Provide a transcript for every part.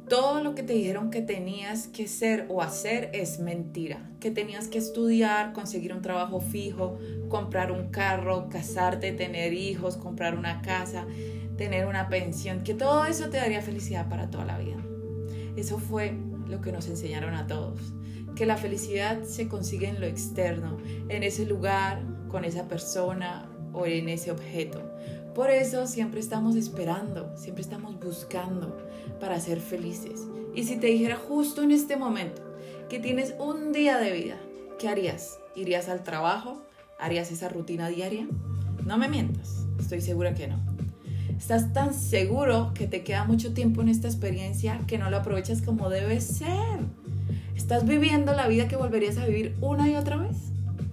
Todo lo que te dijeron que tenías que ser o hacer es mentira. Que tenías que estudiar, conseguir un trabajo fijo, comprar un carro, casarte, tener hijos, comprar una casa, tener una pensión, que todo eso te daría felicidad para toda la vida. Eso fue lo que nos enseñaron a todos. Que la felicidad se consigue en lo externo, en ese lugar, con esa persona o en ese objeto. Por eso siempre estamos esperando, siempre estamos buscando para ser felices. Y si te dijera justo en este momento que tienes un día de vida, ¿qué harías? ¿Irías al trabajo? ¿Harías esa rutina diaria? No me mientas, estoy segura que no. Estás tan seguro que te queda mucho tiempo en esta experiencia que no lo aprovechas como debe ser. ¿Estás viviendo la vida que volverías a vivir una y otra vez?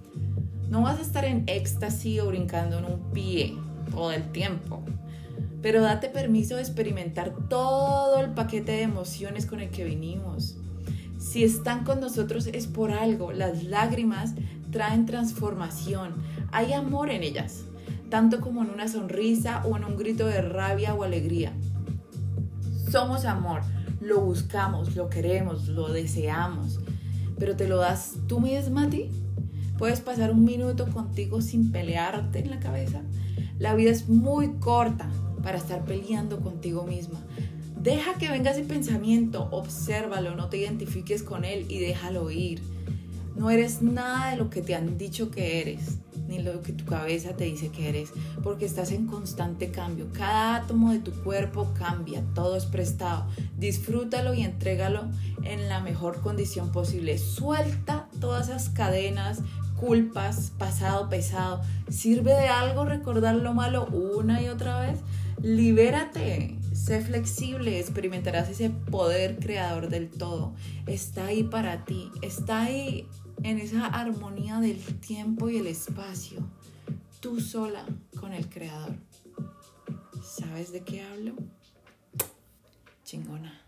No vas a estar en éxtasis o brincando en un pie todo el tiempo, pero date permiso de experimentar todo el paquete de emociones con el que vinimos. Si están con nosotros es por algo. Las lágrimas traen transformación, hay amor en ellas, tanto como en una sonrisa o en un grito de rabia o alegría. Somos amor, lo buscamos, lo queremos, lo deseamos, pero ¿te lo das tú misma a ti? ¿Puedes pasar un minuto contigo sin pelearte en la cabeza? La vida es muy corta para estar peleando contigo misma. Deja que venga ese pensamiento, obsérvalo, no te identifiques con él y déjalo ir. No eres nada de lo que te han dicho que eres, ni lo que tu cabeza te dice que eres, porque estás en constante cambio. Cada átomo de tu cuerpo cambia, todo es prestado. Disfrútalo y entrégalo en la mejor condición posible. Suelta todas esas cadenas, culpas, pasado pesado. ¿Sirve de algo recordar lo malo una y otra vez? Libérate, sé flexible, experimentarás ese poder creador del todo. Está ahí para ti, está ahí en esa armonía del tiempo y el espacio, tú sola con el creador. ¿Sabes de qué hablo? Chingona.